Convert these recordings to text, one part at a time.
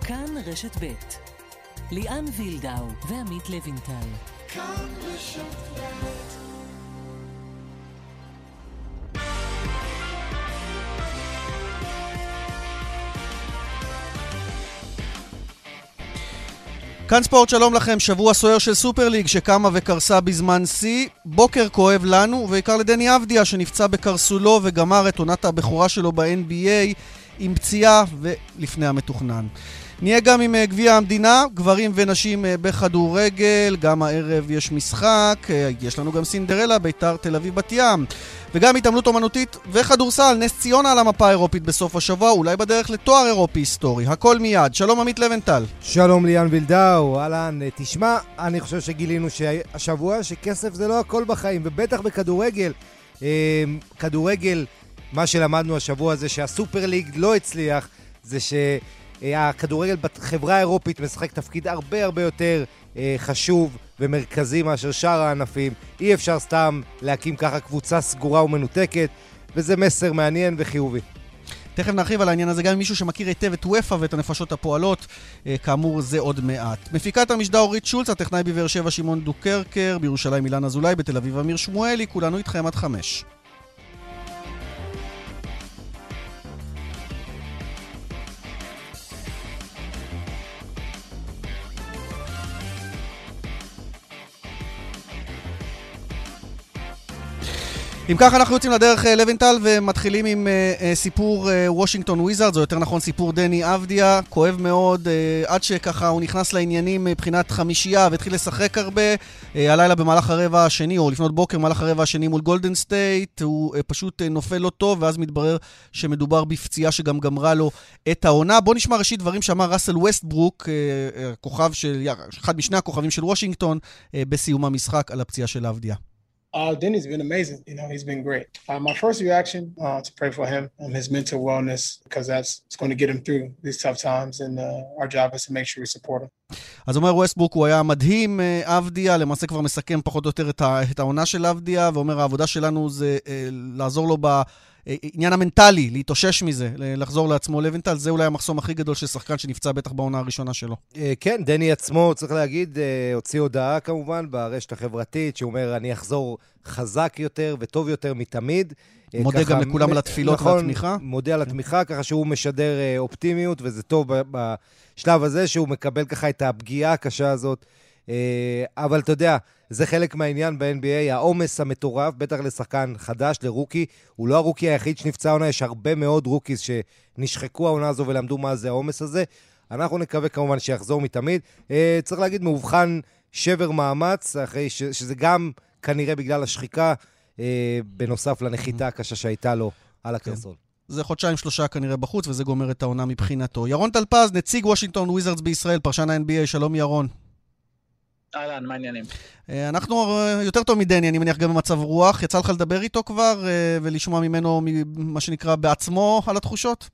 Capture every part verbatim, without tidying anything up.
כאן רשת ב' ליאן וילדאו ועמית לוינטל. כאן רשת ב'. כאן ספורט, שלום לכם. שבוע סוער של סופר ליג שקמה וקרסה בזמן שיא. בוקר כואב לנו ובעיקר לדני אבדיה שנפצע בקרסולו וגמר את עונת הבכורה שלו ב-אן בי איי עם פציעה ולפני המתוכנן. נהיה גם עם גביע המדינה, גברים ונשים בכדורגל, גם הערב יש משחק, יש לנו גם סינדרלה, ביתר תל אביב בת ים, וגם התעמלות אומנותית וכדורסל, נס ציונה על המפה האירופית בסוף השבוע, אולי בדרך לתואר אירופי היסטורי. הכל מיד. שלום עמית לוינטל. שלום ליאן וילדאו. אהלן, תשמע, אני חושב שגילינו שהשבוע שכסף זה לא הכל בחיים, ובטח בכדורגל. כדורגל, מה שלמדנו השבוע זה שהסופר ליג לא הצליח, זה ש... הכדורגל בחברה האירופית משחק תפקיד הרבה הרבה יותר אה, חשוב ומרכזי מאשר שאר הענפים. אי אפשר סתם להקים ככה קבוצה סגורה ומנותקת, וזה מסר מעניין וחיובי. תכף נרחיב על העניין הזה גם עם מישהו שמכיר היטב את וופא ואת הנפשות הפועלות, אה, כאמור זה עוד מעט. מפיקת המשדר אורית שולץ, הטכנאי בבאר שבע שמעון דוקרקר, בירושלים אילן אזולאי, בתל אביב אמיר שמואלי, כולנו איתכם עד חמש. אם כך אנחנו יוצאים לדרך לוינטל ומתחילים עם uh, uh, סיפור וושינגטון uh, וויזארדס, או יותר נכון סיפור דני אבדיה, כואב מאוד, uh, עד שככה הוא נכנס לעניינים מבחינת חמישייה והתחיל לשחק הרבה, uh, הלילה במהלך הרבע השני, או לפנות בוקר במהלך הרבע השני מול גולדן סטייט, הוא uh, פשוט uh, נופל לא טוב, ואז מתברר שמדובר בפציעה שגם גמרה לו את העונה. בוא נשמע ראשית דברים שאמר ראסל ווסטברוק, uh, uh, כוכב של, אחד משני הכוכבים של וושינגטון, uh, בסיום המשחק על הפציעה של אבדיה. Uh, Denny's been amazing. You know, he's been great. Uh, my first reaction uh, to pray for him and his mental wellness, because that's it's going to get him through these tough times, and uh, our job is to make sure we support him. אז אומר ווסטברוק, הוא היה מדהים, אבדיה, למעשה כבר מסכם פחות או יותר את, ה, את העונה של אבדיה, ואומר העבודה שלנו זה אה, לעזור לו בעניין המנטלי, להתאושש מזה, לחזור לעצמו. לוינטל, זה אולי המחסום הכי גדול של שחקן שנפצע בטח בעונה הראשונה שלו. כן, דני עצמו, צריך להגיד, הוציא הודעה כמובן ברשת החברתית, שאומר אני אחזור חזק יותר וטוב יותר מתמיד. מודה גם לכולם על התפילות והתמיכה. מודה על התמיכה, ככה שהוא משדר אופטימיות, וזה טוב בשלב הזה שהוא מקבל ככה את הפגיעה הקשה הזאת. אבל אתה יודע, זה חלק מהעניין ב-אן בי איי, העומס המטורף, בטח לשחקן חדש, לרוקי. הוא לא הרוקי היחיד שנפצע העונה, יש הרבה מאוד רוקיס שנשחקו העונה הזו ולמדו מה זה העומס הזה. אנחנו נקווה כמובן שיחזור מתמיד. צריך להגיד, מאובחן שבר מאמץ, אחרי ש- שזה גם כנראה בגלל השחיקה, בנוסף לנחיתה הקשה שהייתה לו על הקרסול. זה חודשיים שלושה כנראה בחוץ, וזה גומר את העונה מבחינתו. ירון טלפז, נציג וושינגטון וויזארדס בישראל, פרשן ה-אן בי איי, שלום ירון. אהלן, מה העניינים? אנחנו יותר טוב מדני, אני מניח גם במצב רוח. יצא לך לדבר איתו כבר ולשמוע ממנו מה שנקרא בעצמו על התחושות?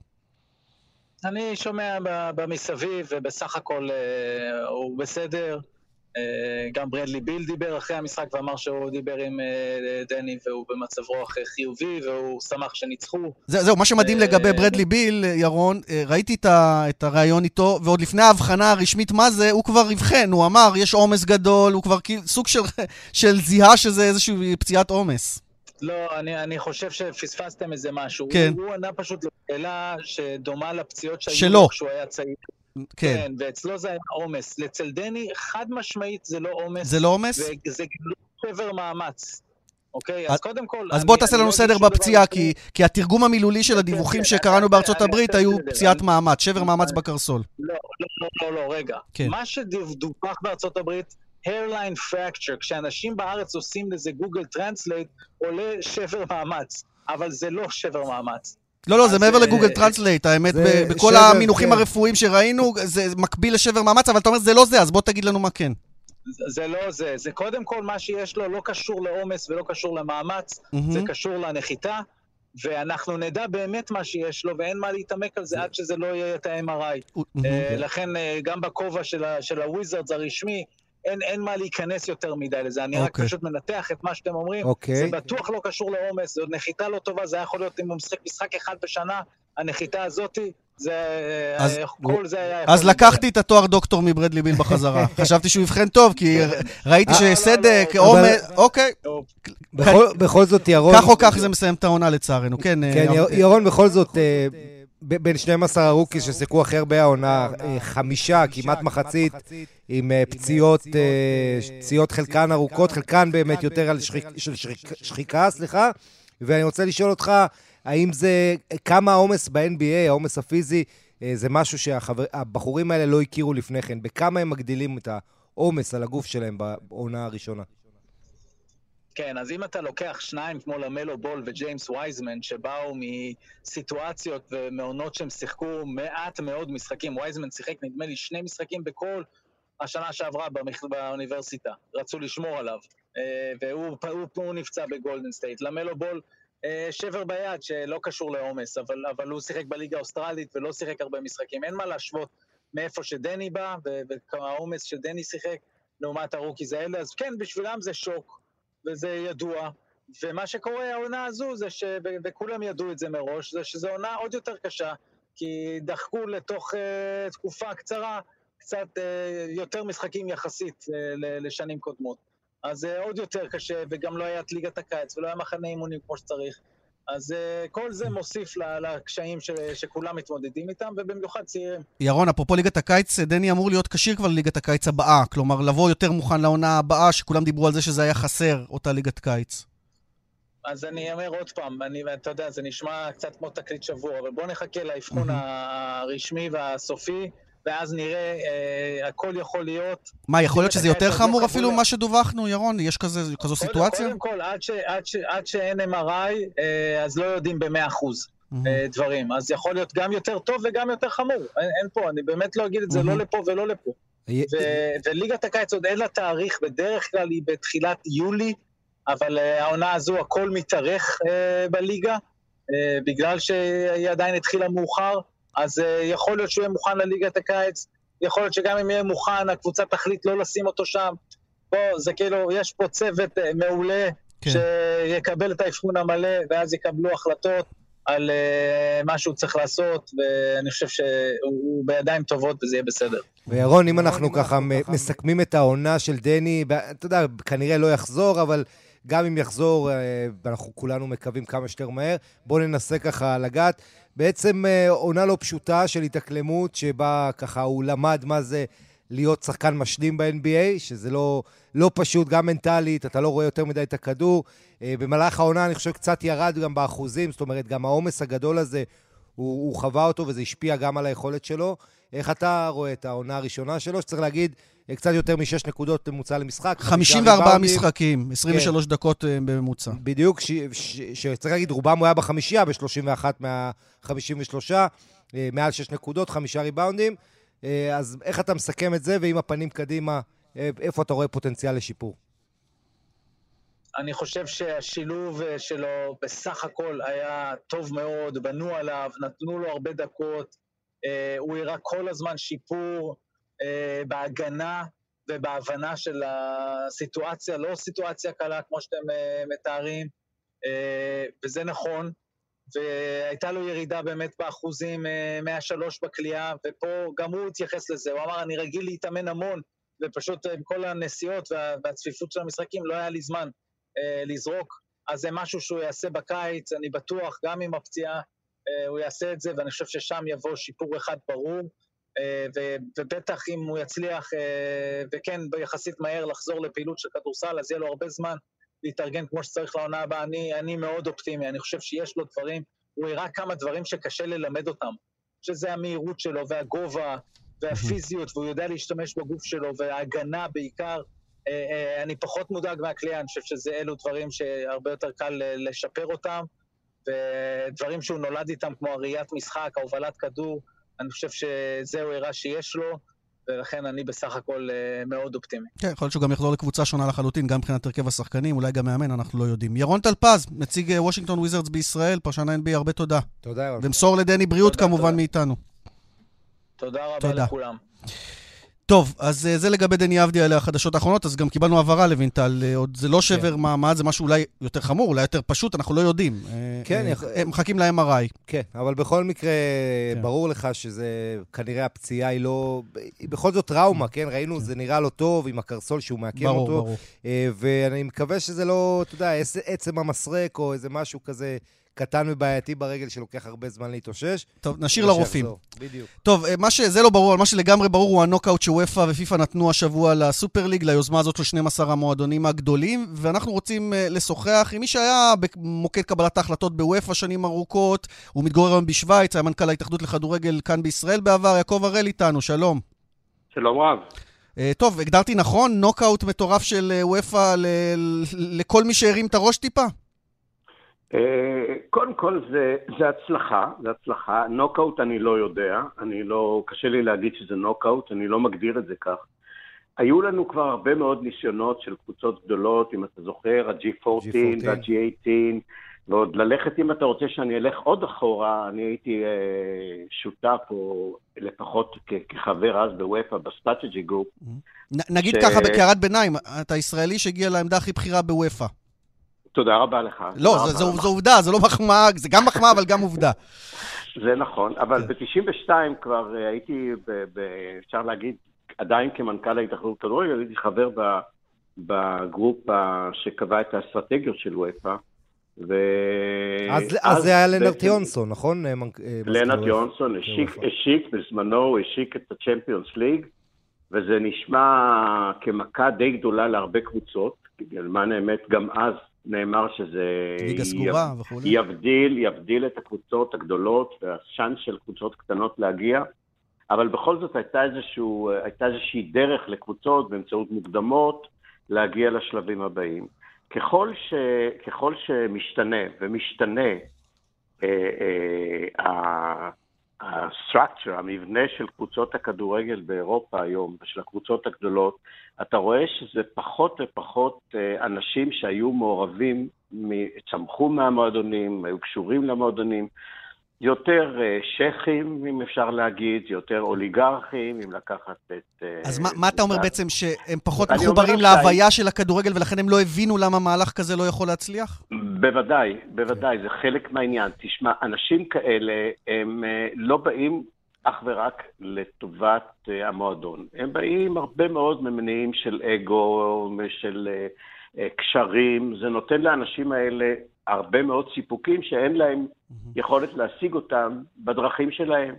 אני שומע במסביב ובסך הכל הוא בסדר. גם ברדלי ביל דיבר אחרי המשחק ואמר שהוא דיבר עם דני והוא במצב רוח חיובי והוא שמח שניצחו. זה, זהו, מה שמדהים לגבי ברדלי ביל, ירון, ראיתי את הרעיון איתו, ועוד לפני ההבחנה הרשמית מה זה, הוא כבר הבחן, הוא אמר, יש עומס גדול, הוא כבר סוג של, של זיהה שזה איזושהי פציעת עומס. לא, אני, אני חושב שפספסתם איזה משהו. כן. הוא, הוא ענה פשוט לשאלה שדומה לפציעות שהיו שלו. כשהוא היה צעיר. כן. כן, ואצלו זה היה עומס. לצל דני, חד משמעית זה לא עומס. זה לא עומס? וזה שבר מאמץ. אוקיי, אז קודם כל... אז בוא תעשה לנו סדר בפציעה, כי התרגום המילולי של הדיווחים שקראנו בארצות הברית היו פציעת מאמץ, שבר מאמץ בקרסול. לא, לא, לא, רגע. מה שדווח בארצות הברית, hairline fracture, כשאנשים בארץ עושים לזה גוגל טרנסלייט, עולה שבר מאמץ, אבל זה לא שבר מאמץ. לא, לא, זה מעבר לגוגל טרנסלייט, האמת, בכל המינוחים הרפואיים שראינו, זה מקביל לשבר מאמץ, אבל אתה אומר, זה לא זה, אז בוא תגיד לנו מה כן. זה לא זה, זה קודם כל מה שיש לו לא קשור לעומס ולא קשור למאמץ, זה קשור לנחיתה, ואנחנו נדע באמת מה שיש לו, ואין מה להתעמק על זה עד שזה לא יהיה את ה-אם אר איי. לכן גם בכובע של הוויזארדס הרשמי, אין, אין מה להיכנס יותר מדי לזה, אני okay. רק פשוט מנתח את מה שאתם אומרים, okay. זה בטוח לא קשור לעומס, זו נחיתה לא טובה, זה היה יכול להיות אם הוא משחק משחק אחד בשנה, הנחיתה הזאת, זה, כל זה היה... אז לקחתי את התואר דוקטור מברדלי ביל בחזרה. חשבתי שהוא יבחן טוב, כי ראיתי שסדק, אוקיי. בכל זאת, ירון... כך או כך זה מסיים את העונה לצערנו, כן. כן, ירון, בכל זאת, בין שנים עשר הרוקיס ששיחקו הכי הרבה העונה, חמישה, כמעט מחצית, עם פציעות, פציעות חלקן ארוכות, חלקן באמת יותר על שחיקה, סליחה. ואני רוצה לשאול אותך, האם זה, כמה העומס ב-אן בי איי, העומס הפיזי, זה משהו שהבחורים האלה לא הכירו לפני כן? בכמה הם מגדילים את העומס על הגוף שלהם בעונה הראשונה? כן, אז אם אתה לוקח שניים כמו למלו בול וג'יימס וייזמן, שבאו מסיטואציות ומעונות שהם שיחקו מעט מאוד משחקים, וייזמן שיחק נדמה לי שני משחקים בכל השנה שעברה באוניברסיטה, רצו לשמור עליו, והוא הוא, הוא נפצע בגולדן סטייט. למלו בול שבר ביד שלא קשור לעומס, אבל, אבל הוא שיחק בליגה האוסטרלית ולא שיחק הרבה משחקים. אין מה להשוות מאיפה שדני בא והעומס שדני שיחק לעומת הרוקיז האלה, אז כן, בשבילם זה שוק וזה ידוע, ומה שקורה העונה הזו זה ש... וכולם ידעו את זה מראש, זה שזו עונה עוד יותר קשה, כי דחקו לתוך uh, תקופה קצרה קצת uh, יותר משחקים יחסית uh, לשנים קודמות. אז uh, עוד יותר קשה, וגם לא היה את ליגת הקיץ, ולא היה מחנה אימונים כמו שצריך. אז uh, כל זה מוסיף לקשיים ש... שכולם מתמודדים איתם, ובמיוחד צעירים. ירון, אפרופו ליגת הקיץ, דני אמור להיות קשיר כבר לליגת הקיץ הבאה, כלומר לבוא יותר מוכן לעונה הבאה, שכולם דיברו על זה שזה היה חסר, אותה ליגת קיץ. אז אני אומר עוד פעם, אני, אתה יודע, זה נשמע קצת כמו תקליט שבוע, אבל בוא נחכה לאבחון הרשמי והסופי, ואז נראה, אה, הכל יכול להיות... מה, יכול להיות שזה יותר חמור אפילו ממה שדווחנו, ירון? יש כזה, כזו סיטואציה? קודם כל, עד, ש, עד, ש, עד שאין אם אר איי, אה, אז לא יודעים ב-מאה אחוז אה, דברים. אז יכול להיות גם יותר טוב וגם יותר חמור. אין, אין פה, אני באמת לא אגיד את זה לא לפה ולא לפה. ו- וליגת הקיץ עוד אין לה תאריך, בדרך כלל היא בתחילת יולי, אבל uh, העונה הזו הכל מתארך uh, בליגה, uh, בגלל שהיא עדיין התחילה מאוחר, אז uh, יכול להיות שהוא יהיה מוכן לליגת הקיץ, יכול להיות שגם אם יהיה מוכן, הקבוצה תחליט לא לשים אותו שם. פה זה כאילו, יש פה צוות uh, מעולה, כן. שיקבל את האבחון המלא, ואז יקבלו החלטות על uh, מה שהוא צריך לעשות, ואני חושב שהוא בידיים טובות וזה יהיה בסדר. וירון, אם אנחנו ככה מסכמים את העונה של דני, אתה יודע, כנראה לא יחזור, אבל גם אם יחזור, אנחנו כולנו מקווים כמה שיותר מהר, בואו ננסה ככה לגעת. בעצם עונה לא פשוטה של התאקלמות, שבה ככה הוא למד מה זה להיות שחקן משלים ב-אן בי איי, שזה לא, לא פשוט, גם מנטלית, אתה לא רואה יותר מדי את הכדור. במהלך העונה אני חושב קצת ירד גם באחוזים, זאת אומרת, גם העומס הגדול הזה, הוא, הוא חווה אותו וזה השפיע גם על היכולת שלו. איך אתה רואה את העונה הראשונה שלו, שצריך להגיד, קצת יותר משש נקודות ממוצע למשחק. חמישים וארבעה משחקים, עשרים ושלוש כן. דקות בממוצע. בדיוק, ש, ש, שצריך להגיד, רובם הוא היה בחמישייה, ב-שלושים ואחת מה-חמישים ושלוש, מעל שש נקודות, חמישה ריבאונדים. אז איך אתה מסכם את זה, ועם הפנים קדימה, איפה אתה רואה פוטנציאל לשיפור? אני חושב שהשילוב שלו בסך הכל היה טוב מאוד, בנו עליו, נתנו לו הרבה דקות, הוא הראה כל הזמן שיפור בהגנה ובהבנה של הסיטואציה, לא סיטואציה קלה כמו שאתם מתארים, וזה נכון, והייתה לו ירידה באמת באחוזים מאה ושלוש בקליעה, ופה גם הוא התייחס לזה, הוא אמר אני רגיל להתאמן המון, ופשוט עם כל הנסיעות והצפיפות של המשחקים לא היה לי זמן לזרוק, אז זה משהו שהוא יעשה בקיץ, אני בטוח, גם עם הפציעה, הוא יעשה את זה, ואני חושב ששם יבוא שיפור אחד ברור, ובטח אם הוא יצליח, וכן ביחסית מהר לחזור לפעילות של כדורסל, אז יהיה לו הרבה זמן להתארגן כמו שצריך לעונה הבאה. אני, אני מאוד אופטימי, אני חושב שיש לו דברים, הוא הראה כמה דברים שקשה ללמד אותם, שזה המהירות שלו והגובה והפיזיות, והוא יודע להשתמש בגוף שלו, וההגנה בעיקר. אני פחות מודאג מהקליעה, אני חושב שזה אלו דברים שהרבה יותר קל לשפר אותם, ודברים שהוא נולד איתם כמו הראיית משחק, ההובלת כדור, אני חושב שזהו הראה שיש לו, ולכן אני בסך הכל מאוד אופטימי. כן, יכול להיות שהוא גם יחזור לקבוצה שונה לחלוטין, גם מבחינת הרכב השחקנים, אולי גם מאמן, אנחנו לא יודעים. ירון טלפז, נציג וושינגטון וויזרדס בישראל, פרשן ה-אן בי איי, הרבה תודה. תודה, ירון. ומסור לדני בריאות כמובן מאיתנו. תודה רבה לכולם. טוב, אז זה לגבי דני אבדיה, אלה החדשות האחרונות, אז גם קיבלנו הבהרה לוינטל, עוד זה לא שבר מעמד, זה משהו אולי יותר חמור, אולי יותר פשוט, אנחנו לא יודעים. כן. הם מחכים ל-אם אר איי. כן, אבל בכל מקרה, ברור לך שזה, כנראה הפציעה היא לא, היא בכל זאת טראומה, כן? ראינו, זה נראה לא טוב עם הקרסול שהוא מעקם אותו, ואני מקווה שזה לא, אתה יודע, עצם המסרק או איזה משהו כזה, קטן ובעייתי ברגל שלוקח הרבה זמן להתאושש. טוב, נשאיר לרופאים. בדיוק. טוב, מה שזה לא ברור, מה שלגמרי ברור הוא הנוקאוט שוופא ופיפא נתנו השבוע לסופר ליג, ליוזמה הזאת של שנים עשר המועדונים הגדולים, ואנחנו רוצים לשוחח עם מי שהיה במוקד קבלת ההחלטות בוופא שנים ארוכות, הוא מתגורר היום בשוויץ, היה מנכ"ל ההתאחדות לכדורגל כאן בישראל בעבר, יעקב הראל איתנו, שלום. שלום רב. טוב, הגדרתי נכון, נוקאוט מטורף של וופא לכל מי שהרים את הראש טיפה? קודם כל זה, זה הצלחה, זה הצלחה. נוקאוט אני לא יודע, אני לא, קשה לי להגיד שזה נוקאוט, אני לא מגדיר את זה כך. היו לנו כבר הרבה מאוד ניסיונות של קבוצות גדולות, אם אתה זוכר, ה-ג'י ארבע עשרה וה-ג'י שמונה עשרה, ועוד ללכת, אם אתה רוצה שאני אלך עוד אחורה, אני הייתי אה, שותף או לפחות כ- כחבר אז בוופא, בסטרטג'י גרופ. נגיד ש... ככה בקערת ביניים, אתה ישראלי שהגיע לעמדה הכי בכירה בוופא. תודה רבה לך. לא, זו, זו, זו עובדה, זה לא מחמאה, זה גם מחמאה, אבל גם עובדה. זה נכון, אבל ב-תשעים ושתיים כבר הייתי, ב- ב- אפשר להגיד, עדיין כמנכ"ל ההתאחדות לכדורגל, הייתי חבר ב- בגרופ שקבע את האסטרטגיות של וופא. ו... אז, אז זה היה לנרט יונסון, נכון? לנרט יונסון השיק, השיק בזמנו, השיק את הצ'מפיונס ליג, וזה נשמע כמכה די גדולה להרבה קבוצות, למען האמת גם אז נאמר שזה יבדיל, יבדיל את הקבוצות הגדולות והשאנס של קבוצות קטנות להגיע, אבל בכל זאת הייתה איזשהו, הייתה איזושהי דרך לקבוצות באמצעות מוקדמות להגיע לשלבים הבאים. ככל ש, ככל שמשתנה ומשתנה ה-structure, המבנה של קבוצות הכדורגל באירופה היום, ושל הקבוצות הגדולות, אתה רואה שזה פחות ופחות אנשים שהיו מעורבים, צמחו מהמועדונים, היו קשורים למועדונים, יותר שייכים, אם אפשר להגיד, יותר אוליגרכים, אם לקחת את... אז מה, מה אתה אומר בעצם, שהם פחות מחוברים להוויה של הכדורגל, ולכן הם לא הבינו למה מהלך כזה לא יכול להצליח? בוודאי, בוודאי, זה חלק מהעניין. תשמע, אנשים כאלה, הם לא באים אך ורק לטובת המועדון. הם באים הרבה מאוד ממניעים של אגו, של קשרים. זה נותן לאנשים האלה הרבה מאוד סיפוקים שאין להם יכולת להשיג אותם בדרכים שלהם.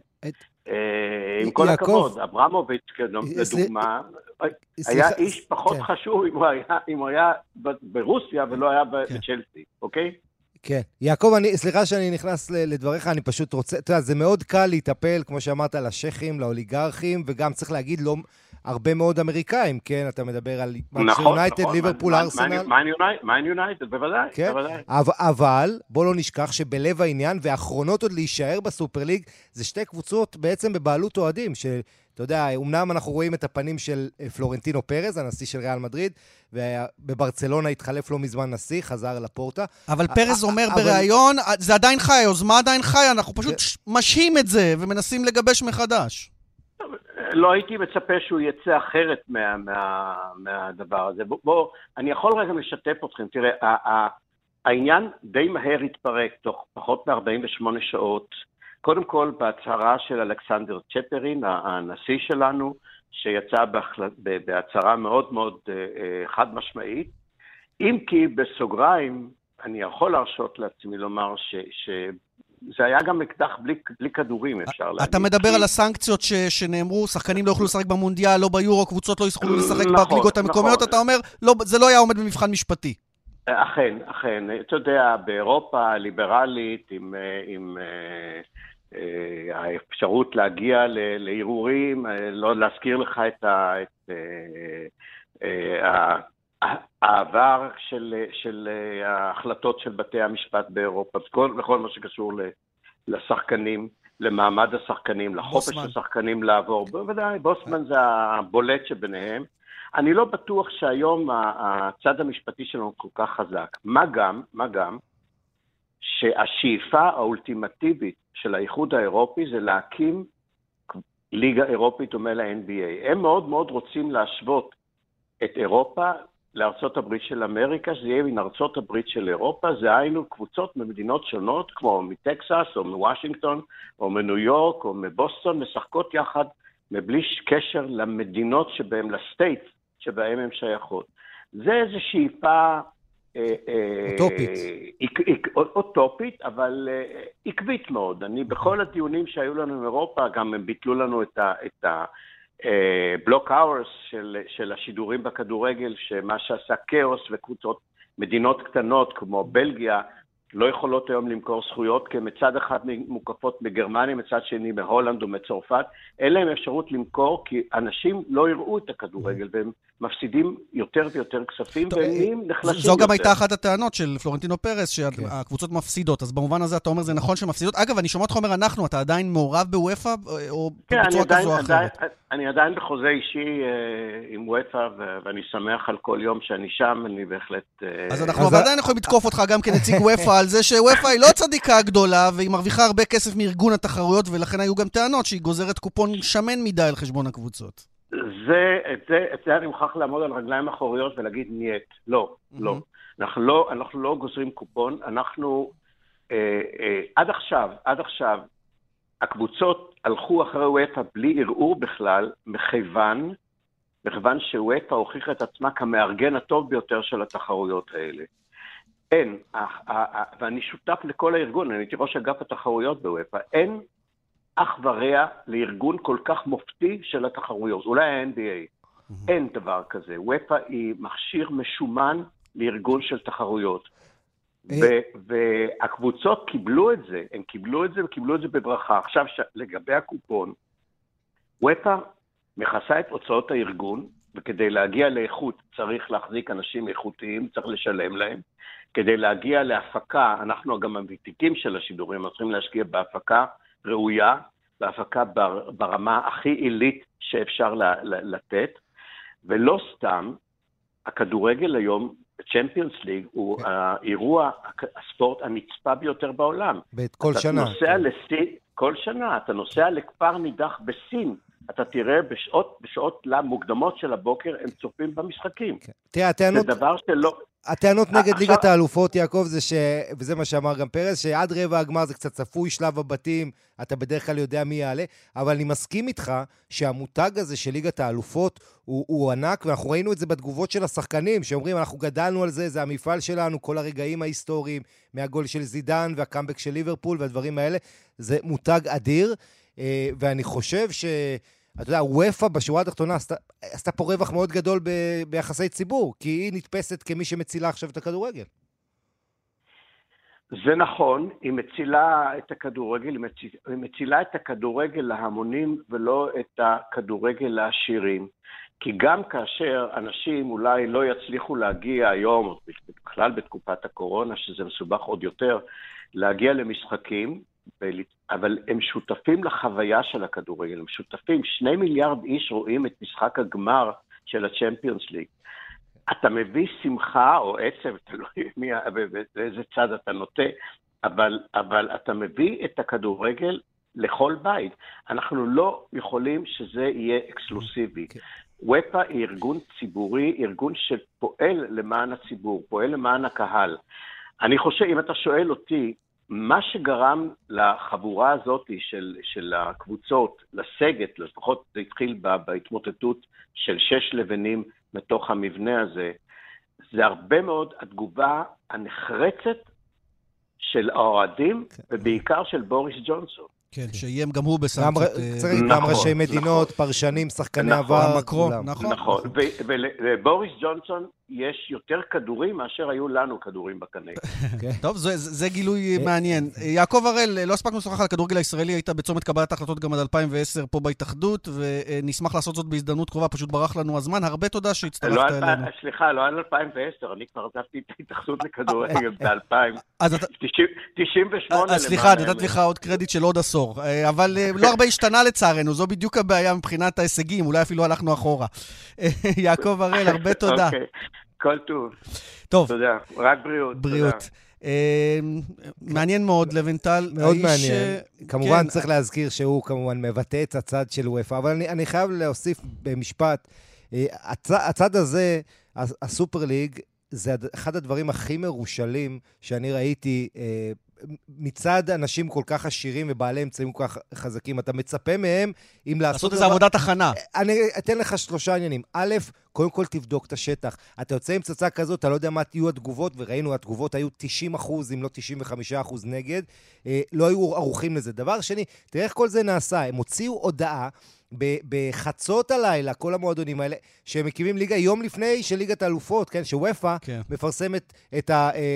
עם כל הכבוד, אברמוביץ' לדוגמה, היה איש פחות חשוב אם הוא היה ברוסיה ולא היה בצ'לסי, אוקיי? כן. יעקב, סליחה שאני נכנס לדבריך, אני פשוט רוצה, אתה יודע, זה מאוד קל להיטפל, כמו שאמרת, לשייכים, לאוליגרכים, וגם צריך להגיד, לא... הרבה מאוד אמריקאים, כן? אתה מדבר על מנצ'סטר יונייטד, ליברפול, ארסנל. מיין יונייטד, בוודאי. אבל בוא לא נשכח שבלב העניין, והאחרונות עוד להישאר בסופר ליג, זה שתי קבוצות בעצם בבעלות אוהדים, שאתה יודע, אמנם אנחנו רואים את הפנים של פלורנטינו פרז, הנשיא של ריאל מדריד, ובברצלונה התחלף לא מזמן נשיא, חזר לפורטה. אבל פרז אומר בריאיון, זה עדיין חי, היוזמה עדיין חי, אנחנו פשוט משהים את זה, ומנסים לגבש מחדש. לא הייתי מצפה שהוא יצא אחרת מה, מה, מהדבר הזה. בוא, בוא, אני יכול רגע לשתף אתכם. תראה, העניין די מהר התפרק תוך פחות מ-ארבעים ושמונה שעות. קודם כל, בהצהרה של אלכסנדר צ'פרין, הנשיא שלנו, שיצא בהצהרה מאוד מאוד חד משמעית. אם כי בסוגריים, אני יכול להרשות לעצמי לומר ש... ש זה היה גם מקדח בלי, בלי כדורים, אפשר להגיד. אתה מדבר על הסנקציות ש, שנאמרו, שחקנים לא יוכלו לשחק במונדיאל, לא ביורו, קבוצות לא יוכלו לשחק נכון, בליגות המקומיות, נכון. אתה אומר, לא, זה לא היה עומד במבחן משפטי. אכן, אכן. אתה יודע, באירופה הליברלית, עם, עם אה, האפשרות להגיע לערעורים, לא להזכיר לך את ה... את, אה, אה, העבר של, של ההחלטות של בתי המשפט באירופה, בכל, בכל מה שקשור לשחקנים, למעמד השחקנים, לחופש השחקנים לעבור. בוודאי, בוסמן זה הבולט שביניהם. אני לא בטוח שהיום הצד המשפטי שלנו כל כך חזק. מה גם, מה גם, שהשאיפה האולטימטיבית של האיחוד האירופי זה להקים ליגה אירופית דומה ל-אן בי איי. הם מאוד מאוד רוצים להשוות את אירופה לארצות הברית של אמריקה, שזה יהיה מן ארצות הברית של אירופה, זה היינו קבוצות ממדינות שונות, כמו מטקסס או מוושינגטון או מניו יורק או מבוסטון, משחקות יחד מבלי קשר למדינות שבהם, לסטייט שבהם הן שייכות. זה איזו שאיפה אוטופית. אוטופית, אבל עקבית מאוד. אני בכל הדיונים שהיו לנו עם אירופה, גם הם ביטלו לנו את ה... בלוק אאורס של, של השידורים בכדורגל, שמה שעשה כאוס וקבוצות מדינות קטנות כמו בלגיה, לא יכולות היום למכור זכויות, כי מצד אחד מוקפות בגרמניה, מצד שני בהולנד ומצרפת, אין להם אפשרות למכור, כי אנשים לא יראו את הכדורגל, והם מפסידים יותר ויותר כספים, והם נחלשים יותר. זו גם הייתה אחת הטענות של פלורנטינו פרס, שהקבוצות מפסידות, אז במובן הזה אתה אומר, זה נכון שמפסידות. אגב, אני שומע אותך אומר, אנחנו, אתה עדיין מעורב בוופא, או בצורה כזו או אחרת? אני עדיין בחוזה אישי עם וופא, ואני שמח על כל יום שאני שם, אני בהחלט... אז אנחנו עדיין יכולים לתקוף אותך גם כנציג וופא, על זה שוופא היא לא צדיקה גדולה, והיא מרוויחה הרבה כסף מארגון התחרויות, ולכן היו גם טענות שהיא גוזרת קופון שמן מדי על חשבון הקבוצות. זה, את זה, את זה אני מוכרח לעמוד על רגליים אחוריות ולהגיד נייט. לא, לא. אנחנו לא, אנחנו לא גוזרים קופון, אנחנו, אה, אה, עד עכשיו, עד עכשיו, הקבוצות הלכו אחרי וופא בלי ערעור בכלל, מכיוון, מכיוון שוופא הוכיחה את עצמה כמארגן הטוב ביותר של התחרויות האלה. אין, ואני שותף לכל הארגון, אני הייתי ראש אגף התחרויות בוופא, אין אח ורע לארגון כל כך מופתי של התחרויות, אולי ה-אן בי איי. אין דבר כזה. וופא היא מכשיר משומן לארגון של תחרויות. והקבוצות קיבלו את זה, הם קיבלו את זה וקיבלו את זה בברכה. עכשיו, לגבי הקופון, וופא מכסה את הוצאות הארגון, וכדי להגיע לאיכות צריך להחזיק אנשים איכותיים, צריך לשלם להם. כדי להגיע להפקה, אנחנו גם המתיקים של השידורים, צריכים להשקיע בהפקה ראויה, בהפקה ברמה הכי עילית שאפשר לתת, ולא סתם, הכדורגל היום, צ'מפיונס ליג, הוא האירוע, הספורט הנצפה ביותר בעולם. כל שנה. אתה נוסע לסין, כל שנה, אתה נוסע לכפר נידח בסין, אתה תראה בשעות, בשעות מוקדמות של הבוקר, הם צופים במשחקים. תראה, הטענות... זה דבר שלא... הטענות נגד ליגת האלופות, יעקב, זה ש... וזה מה שאמר גם פרס, שעד רבע הגמר זה קצת צפוי, שלב הבתים, אתה בדרך כלל יודע מי יעלה, אבל אני מסכים איתך שהמותג הזה של ליגת האלופות הוא, הוא ענק, ואנחנו ראינו את זה בתגובות של השחקנים, שאומרים, אנחנו גדלנו על זה, זה המפעל שלנו, כל הרגעים ההיסטוריים, מהגול של זידן והקאמבק של ליברפול והדברים האלה, זה מותג אדיר, ואני חושב ש... אתה יודע, וופא בשורה התחתונה עשתה, עשתה פה רווח מאוד גדול ב, ביחסי ציבור, כי היא נתפסת כמי שמצילה עכשיו את הכדורגל. זה נכון, היא מצילה את הכדורגל, היא מצילה, היא מצילה את הכדורגל להמונים ולא את הכדורגל לעשירים. כי גם כאשר אנשים אולי לא יצליחו להגיע היום, או בכלל בתקופת הקורונה, שזה מסובך עוד יותר, להגיע למשחקים, אבל הם שותפים לחוויה של הכדורגל, הם שותפים, שני מיליארד איש רואים את משחק הגמר של הצ'מפיונס ליג. אתה מביא שמחה או עצב, תלוי באיזה צד אתה נוטה, אבל, אבל אתה מביא את הכדורגל לכל בית. אנחנו לא יכולים שזה יהיה אקסקלוסיבי. וופא היא ארגון ציבורי, ארגון שפועל למען הציבור, פועל למען הקהל. אני חושב, אם אתה שואל אותי, מה שגרם לחבורה הזאת של, של הקבוצות, לסגת, לפחות זה התחיל בהתמוטטות של שש לבנים מתוך המבנה הזה, זה הרבה מאוד התגובה הנחרצת של האוהדים, ובעיקר של בוריס ג'ונסון. כן, שאיים גם הוא בסנקציות. גם ראשי מדינות, פרשנים, שחקני עבר. נכון, נכון. נכון, ובוריס ג'ונסון יש יותר כדורים מאשר היו לנו כדורים בקנה. טוב, זה גילוי מעניין. יעקב הראל, לא הספקנו לשוחח על הכדורגל הישראלי, היית בצומת קבלת ההחלטות גם עד אלפיים ועשר פה בהתאחדות, ונשמח לעשות זאת בהזדמנות קרובה, פשוט ברח לנו הזמן. הרבה תודה שהצטרפת אלינו. סליחה, לא עד אלפיים ועשר, אני כבר עזבתי את ההתאחדות לכדורגל ב-אלפיים. תשעים ושמונה. סליחה, נתתי לך עוד קרדיט של עוד עשור, אבל לא הרבה השתנה לצערנו, זו בדיוק הבעיה מבחינת ההישגים, אולי אפילו הלכנו אחורה. יעקב הראל, הרבה תודה. כל טוב. טוב. תודה. רק בריאות. בריאות. מעניין מאוד, לבנטל. מאוד מעניין. כמובן צריך להזכיר שהוא כמובן מבטא את הצד של וופא, אבל אני חייב להוסיף במשפט, הצד הזה, הסופר ליג, זה אחד הדברים הכי מרושלים שאני ראיתי מצד אנשים כל כך עשירים ובעלי אמצעים כל כך חזקים. אתה מצפה מהם אם לעשות... לעשות איזו עבודת הכנה. אני אתן לך שלושה עניינים. א', קודם כל תבדוק את השטח. אתה יוצא עם פצצה כזאת, אתה לא יודע מה תהיו התגובות, וראינו, התגובות היו תשעים אחוז, אם לא תשעים וחמישה אחוז נגד. לא היו ערוכים לזה. דבר שני, תראה איך כל זה נעשה. הם הוציאו הודעה בחצות הלילה, כל המועדונים האלה, שהם מקימים ליגה יום לפני של ליגת האלופות, כן? שוופא כן. מפרסמת את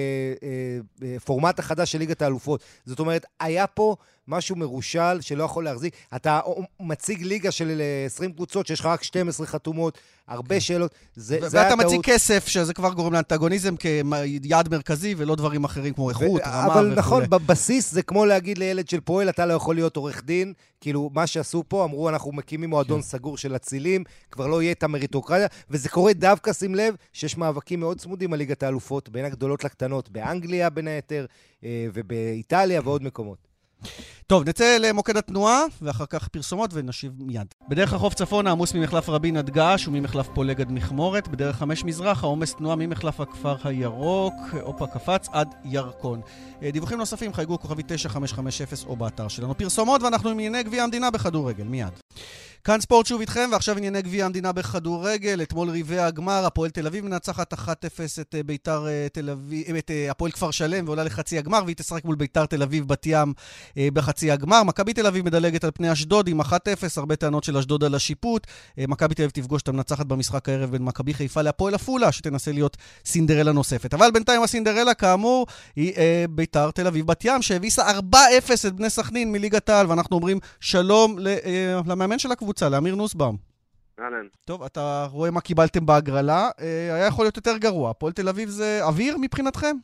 הפורמט החדש של ליגת האלופות. זאת אומרת, היה פה משהו מרושל שלא יכול להחזיק. אתה מציג ליגה של עשרים קבוצות, שיש לך רק שתים עשרה חתומות, הרבה שאלות. זה, ו- זה ואתה מציג כסף, שזה כבר גורם לאנטגוניזם כיעד מרכזי, ולא דברים אחרים כמו איכות, ו- רמה וכו'. אבל נכון, בבסיס זה כמו להגיד לילד של פועל, אתה לא יכול להיות עורך דין, כאילו מה שעשו פה, אמרו אנחנו מקימים מועדון כן. סגור של הצילים, כבר לא יהיה את המריטוקרטיה, וזה קורה דווקא, שים לב, שיש מאבקים מאוד צמודים על ליגת האלופות, בין הגדולות לקטנות, באנגליה בין היתר, ובאיטליה ועוד מקומות. טוב, נצא למוקד התנועה, ואחר כך פרסומות ונשיב מיד. בדרך החוף צפון, העמוס ממחלף רבין עד געש וממחלף פולג עד מכמורת. בדרך חמש מזרח, העומס תנועה ממחלף הכפר הירוק, אופה קפץ עד ירקון. דיווחים נוספים חייגו כוכבי תשע חמש חמש אפס או באתר שלנו. פרסומות, ואנחנו עם ענייני גביע המדינה בכדורגל, מיד. כאן ספורט שוב איתכם, ועכשיו ענייני גביע המדינה בכדורגל. אתמול רבעי הגמר, הפועל תל אביב מנצחת אחת אפס את ביתר תל אביב, את הפועל כפר שלם, ועולה לחצי הגמר, והיא תשחק מול ביתר תל אביב בת ים בחצי הגמר. מכבי תל אביב מדלגת על פני אשדוד עם אחת אפס, הרבה טענות של אשדוד על השיפוט. מכבי תל אביב תפגוש את המנצחת במשחק הערב בין מכבי חיפה להפועל עפולה, שתנסה להיות סינדרלה נוספת. אבל בינתיים הסינדרלה, כאמור, היא ביתר תל אביב בת ים, שהביסה ארבע אפס את בני סכנין מליגת העל, ואנחנו אומרים שלום למאמן של הקבוצה, לאמיר נוסבאום. אהלן. טוב, אתה רואה מה קיבלתם בהגרלה. היה יכול להיות יותר גרוע. הפועל תל אביב זה אוויר מבחינתכם?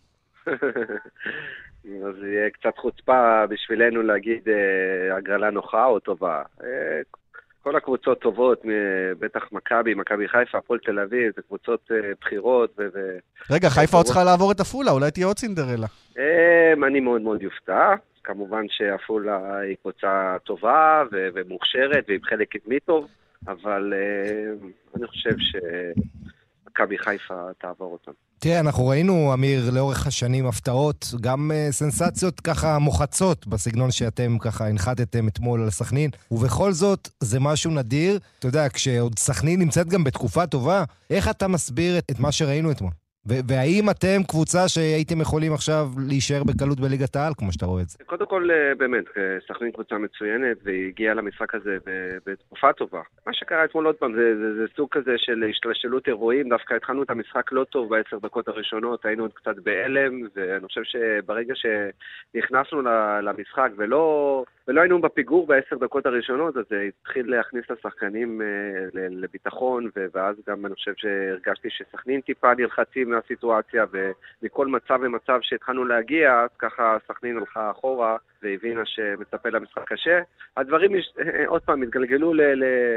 אז יהיה קצת חוצפה בשבילנו להגיד אה, הגרלה נוחה או טובה. אה, כל הקבוצות טובות, בטח מכבי, מכבי חיפה, הפועל תל אביב, זה קבוצות אה, בחירות. ו- ו- רגע, חיפה עוד צריכה לעבור את עפולה, אולי תהיה עוד סינדרלה. אה, אני מאוד מאוד יופתע. כמובן שעפולה היא קבוצה טובה ו- ומוכשרת, והיא חלק קדמי טוב, אבל אה, אני חושב שמכבי חיפה תעבור אותם. תראה, אנחנו ראינו, אמיר, לאורך השנים הפתעות, גם uh, סנסציות ככה מוחצות בסגנון שאתם ככה הנחתתם אתמול על סכנין, ובכל זאת זה משהו נדיר. אתה יודע, כשעוד סכנין נמצאת גם בתקופה טובה, איך אתה מסביר את, את מה שראינו אתמול? והאם אתם קבוצה שהייתם יכולים עכשיו להישאר בקלות בליגת העל, כמו שאתה רואה את זה? קודם כל, באמת, סכנין קבוצה מצוינת, והיא הגיעה למשחק הזה בתקופה טובה. מה שקרה אתמול עוד פעם, זה, זה, זה סוג כזה של השתלשלות אירועים, דווקא התחלנו את המשחק לא טוב בעשר דקות הראשונות, היינו עוד קצת באלם, ואני חושב שברגע שנכנסנו למשחק ולא... ולא היינו בפיגור בעשר דקות הראשונות, אז זה התחיל להכניס לשחקנים לביטחון, ואז גם אני חושב שהרגשתי שסכנין טיפה נלחצים מהסיטואציה, ומכל מצב ומצב שהתחלנו להגיע, אז ככה סכנין הלכה אחורה, והבינה שמצפה למשחק קשה. הדברים עוד פעם התגלגלו ל...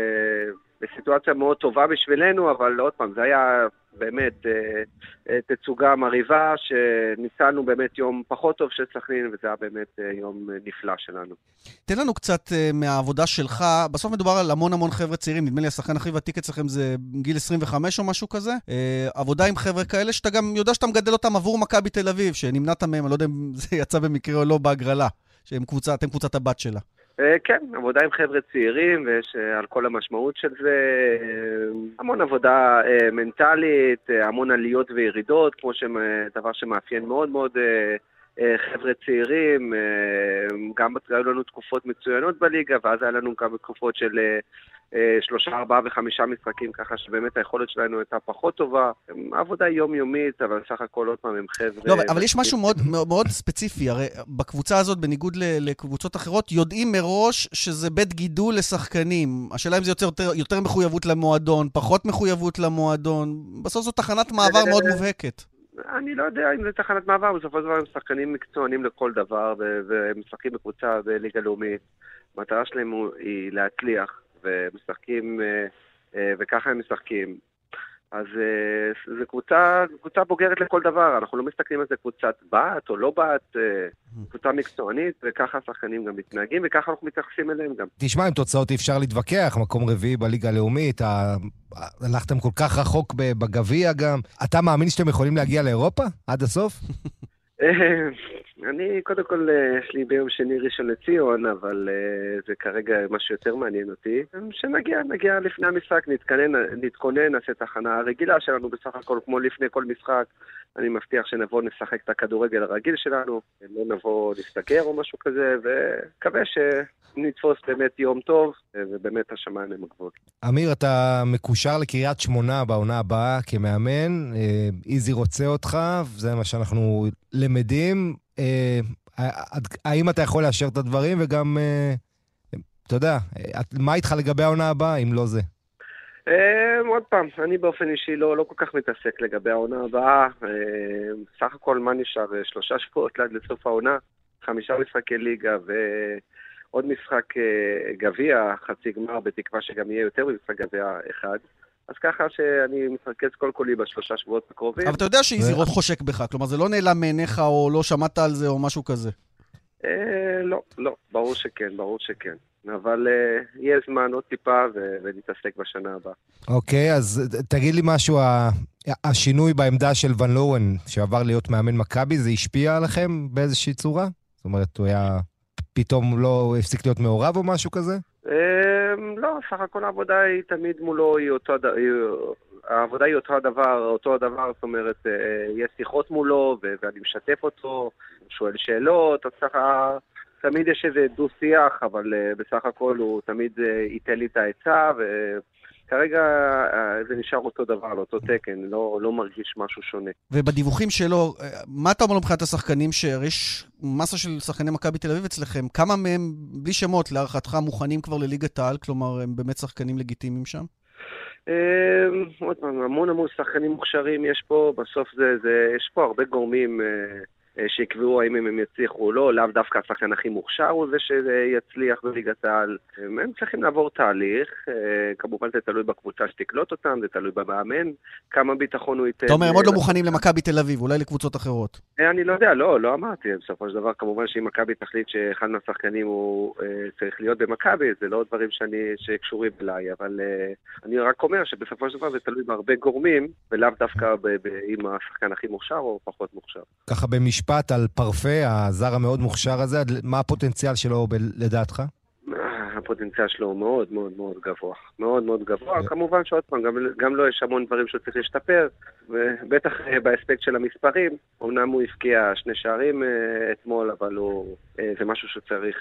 בסיטואציה מאוד טובה בשבילנו, אבל עוד פעם, זה היה באמת אה, תצוגה מריבה, שניסענו באמת יום פחות טוב של סכנין, וזה היה באמת אה, יום נפלא שלנו. תן לנו קצת אה, מהעבודה שלך, בסוף מדובר על המון המון חבר'ה צעירים, נדמה לי השחקן הכי ותיק אצלכם זה גיל עשרים וחמש או משהו כזה, אה, עבודה עם חבר'ה כאלה, שאתה גם יודע שאתה מגדל אותם עבור מכבי תל אביב, שנמנעת מהם, אני לא יודע אם זה יצא במקרה או לא בהגרלה, שאתם קבוצה, קבוצת הבת שלה. כן, עבודה עם חבר'ה צעירים, ויש על כל המשמעות של זה, המון עבודה מנטלית, המון עליות וירידות, כמו דבר שמאפיין מאוד מאוד חבר'ה צעירים, גם היו לנו תקופות מצוינות בליגה, ואז היה לנו גם תקופות של שלושה, ארבעה וחמישה משחקים, ככה שבאמת היכולת שלנו הייתה פחות טובה. עבודה יומיומית, אבל סך הכל עוד פעם הם חבר'ה... לא, אבל יש משהו מאוד, מאוד ספציפי, הרי בקבוצה הזאת, בניגוד לקבוצות אחרות, יודעים מראש שזה בית גידול לשחקנים. השאלה אם זה יוצר יותר, יותר מחויבות למועדון, פחות מחויבות למועדון. בסוף זו תחנת מעבר מאוד מובהקת. אני לא יודע אם זה תחנת מעבר, בסופו של דבר הם שחקנים מקצוענים לכל דבר, והם משחקים בקבוצה בליגה לאומית. המטרה שלהם היא להצליח. ומשחקים, וככה הם משחקים. אז זו קבוצה, קבוצה בוגרת לכל דבר, אנחנו לא מסתכלים על זה קבוצת בת או לא בת, קבוצה מקצוענית, וככה השחקנים גם מתנהגים, וככה אנחנו מתייחסים אליהם גם. תשמע, עם תוצאות אי אפשר להתווכח, מקום רביעי בליגה הלאומית, הלכתם כל כך רחוק בגביע גם. אתה מאמין שאתם יכולים להגיע לאירופה עד הסוף? אני, קודם כל, יש לי ביום שני ראשון לציון, אבל uh, זה כרגע משהו יותר מעניין אותי. שנגיע, נגיע לפני המשחק, נתכונן, נתכונן, נעשה את ההכנה הרגילה שלנו בסך הכל, כמו לפני כל משחק. אני מבטיח שנבוא נשחק את הכדורגל הרגיל שלנו, לא נבוא להסתגר או משהו כזה, וכווה שנתפוס באמת יום טוב, ובאמת השמיים הם הגבוהות. אמיר, אתה מקושר לקריית שמונה בעונה הבאה כמאמן, איזי רוצה אותך, זה מה שאנחנו למדים. האם אתה יכול לאשר את הדברים, וגם, אתה יודע, מה איתך לגבי העונה הבאה, אם לא זה? עוד פעם, אני באופן אישי לא, לא כל כך מתעסק לגבי העונה הבאה. סך הכל מה נשאר? שלושה שבועות עד לסוף העונה, חמישה משחקי ליגה ועוד משחק גביע, חצי גמר, בתקווה שגם יהיה יותר ממשחק גביע אחד. אז ככה שאני מתרכז כל כולי בשלושה שבועות הקרובים. אבל אתה יודע שאיזי רוט חושק בך, כלומר זה לא נעלם מעיניך או לא שמעת על זה או משהו כזה? לא, לא, ברור שכן, ברור שכן. אבל uh, יהיה זמן עוד טיפה ו- ונתעסק בשנה הבאה. אוקיי, okay, אז תגיד לי משהו, השינוי בעמדה של ון לורן, שעבר להיות מאמן מכבי, זה השפיע עליכם באיזושהי צורה? זאת אומרת, הוא היה פתאום לא הפסיק להיות מעורב או משהו כזה? Uh, לא, סך הכל העבודה היא תמיד מולו, היא אותו, היא, העבודה היא אותו הדבר, אותו הדבר, זאת אומרת, uh, יש שיחות מולו ו- ואני משתף אותו, שואל שאלות, אז ככה... תמיד יש איזה דו-שיח, אבל uh, בסך הכל הוא תמיד uh, ייתן לי את העצה, וכרגע uh, זה נשאר אותו דבר, אותו תקן, לא, לא מרגיש משהו שונה. ובדיווחים שלו, מה אתה אומר מבחינת השחקנים, שיש מסה של שחקני מכבי תל אביב אצלכם, כמה מהם, בלי שמות, להערכתך מוכנים כבר לליגת העל, כלומר הם באמת שחקנים לגיטימיים שם? עוד פעם, המון המון שחקנים מוכשרים יש פה, בסוף זה, זה, יש פה הרבה גורמים... שיקבעו האם הם יצליחו או לא, לאו דווקא השחקן הכי מוכשר הוא זה שיצליח בליגת העל. הם צריכים לעבור תהליך, כמובן זה תלוי בקבוצה שתקלוט אותם, זה תלוי במאמן, כמה ביטחון הוא ייתן. אתה אומר, הם עוד לא מוכנים למכבי תל אביב, אולי לקבוצות אחרות. אני לא יודע, לא, לא אמרתי, בסופו של דבר, כמובן שאם מכבי תחליט שאחד מהשחקנים הוא צריך להיות במכבי, זה לא דברים שאני, שקשורים אליי, אבל אני רק אומר שבסופו של דבר זה תלוי בהרבה גורמים, ולאו דווקא אם השחקן הכי מוכשר או פחות מוכשר. ככה במשפט על פרפה, הזר המאוד מוכשר הזה, מה הפוטנציאל שלו לדעתך? הפוטנציאל שלו הוא מאוד מאוד מאוד גבוה. מאוד מאוד גבוה. כמובן שעוד פעם, גם, גם לא יש המון דברים שהוא צריך להשתפר, ובטח באספקט של המספרים, אמנם הוא הפקיע שני שערים אתמול, אבל הוא, זה משהו שצריך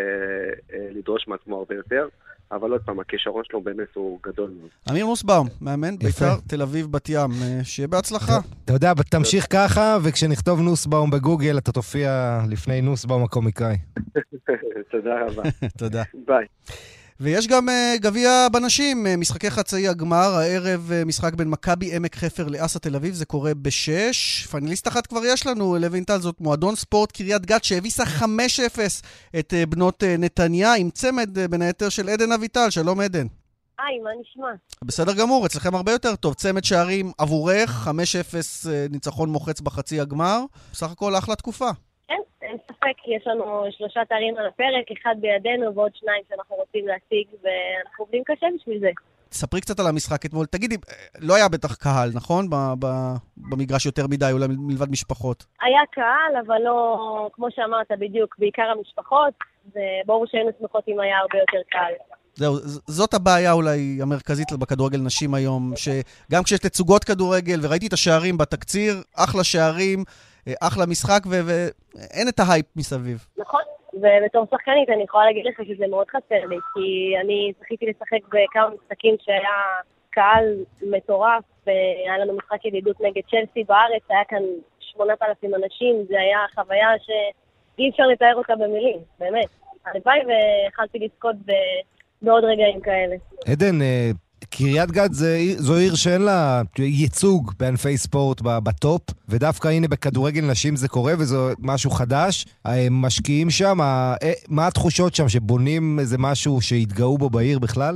לדרוש מעצמו הרבה יותר. אבל עוד פעם, הכישרון שלו באמת הוא גדול מאוד. אמיר נוסבאום, מאמן בית"ר תל אביב בת ים, שיהיה בהצלחה. אתה יודע, תמשיך ככה, וכשנכתוב נוסבאום בגוגל, אתה תופיע לפני נוסבאום הקומיקאי. תודה רבה. תודה. ביי. ויש גם uh, גביע בנשים, uh, משחקי חצאי הגמר, הערב uh, משחק בין מכבי עמק חפר לאסה תל אביב, זה קורה בשש. פאנליסט אחת כבר יש לנו, לוינטל, זאת מועדון ספורט קריית גת שהביסה חמש אפס את uh, בנות uh, נתניה, עם צמד uh, בין היתר של עדן אביטל. שלום עדן. היי, מה נשמע? בסדר גמור, אצלכם הרבה יותר טוב. צמד שערים עבורך, חמש אפס uh, ניצחון מוחץ בחצי הגמר. בסך הכל אחלה תקופה. אין ספק, יש לנו שלושה תארים על הפרק, אחד בידינו ועוד שניים שאנחנו רוצים להשיג, ואנחנו עובדים קשה בשביל זה. תספרי קצת על המשחק אתמול. תגידי, לא היה בטח קהל, נכון? במגרש יותר מדי, אולי מלבד משפחות. היה קהל, אבל לא, כמו שאמרת בדיוק, בעיקר המשפחות, וברור שהיינו שמחות אם היה הרבה יותר קהל. זהו, זאת הבעיה אולי המרכזית בכדורגל נשים היום, שגם כשיש תצוגות כדורגל, וראיתי את השערים בתקציר, אחלה שערים, אחלה משחק, ואין את ההייפ מסביב. נכון, ובתור שחקנית אני יכולה להגיד לך שזה מאוד חסר לי, כי אני צריכיתי לשחק בכמה משחקים שהיה קהל מטורף, והיה לנו משחק ידידות נגד צ'לסי בארץ, היה כאן שמונת אלפים אנשים, זה היה חוויה שאי אפשר לתאר אותה במילים, באמת. הלוואי והחלתי לזכות בעוד רגעים כאלה. עדן, קריית גת זו עיר שאין לה ייצוג בענפי ספורט בטופ, ודווקא הנה בכדורגל נשים זה קורה, וזה משהו חדש. משקיעים שם, מה התחושות שם, שבונים איזה משהו שהתגאו בו בעיר בכלל?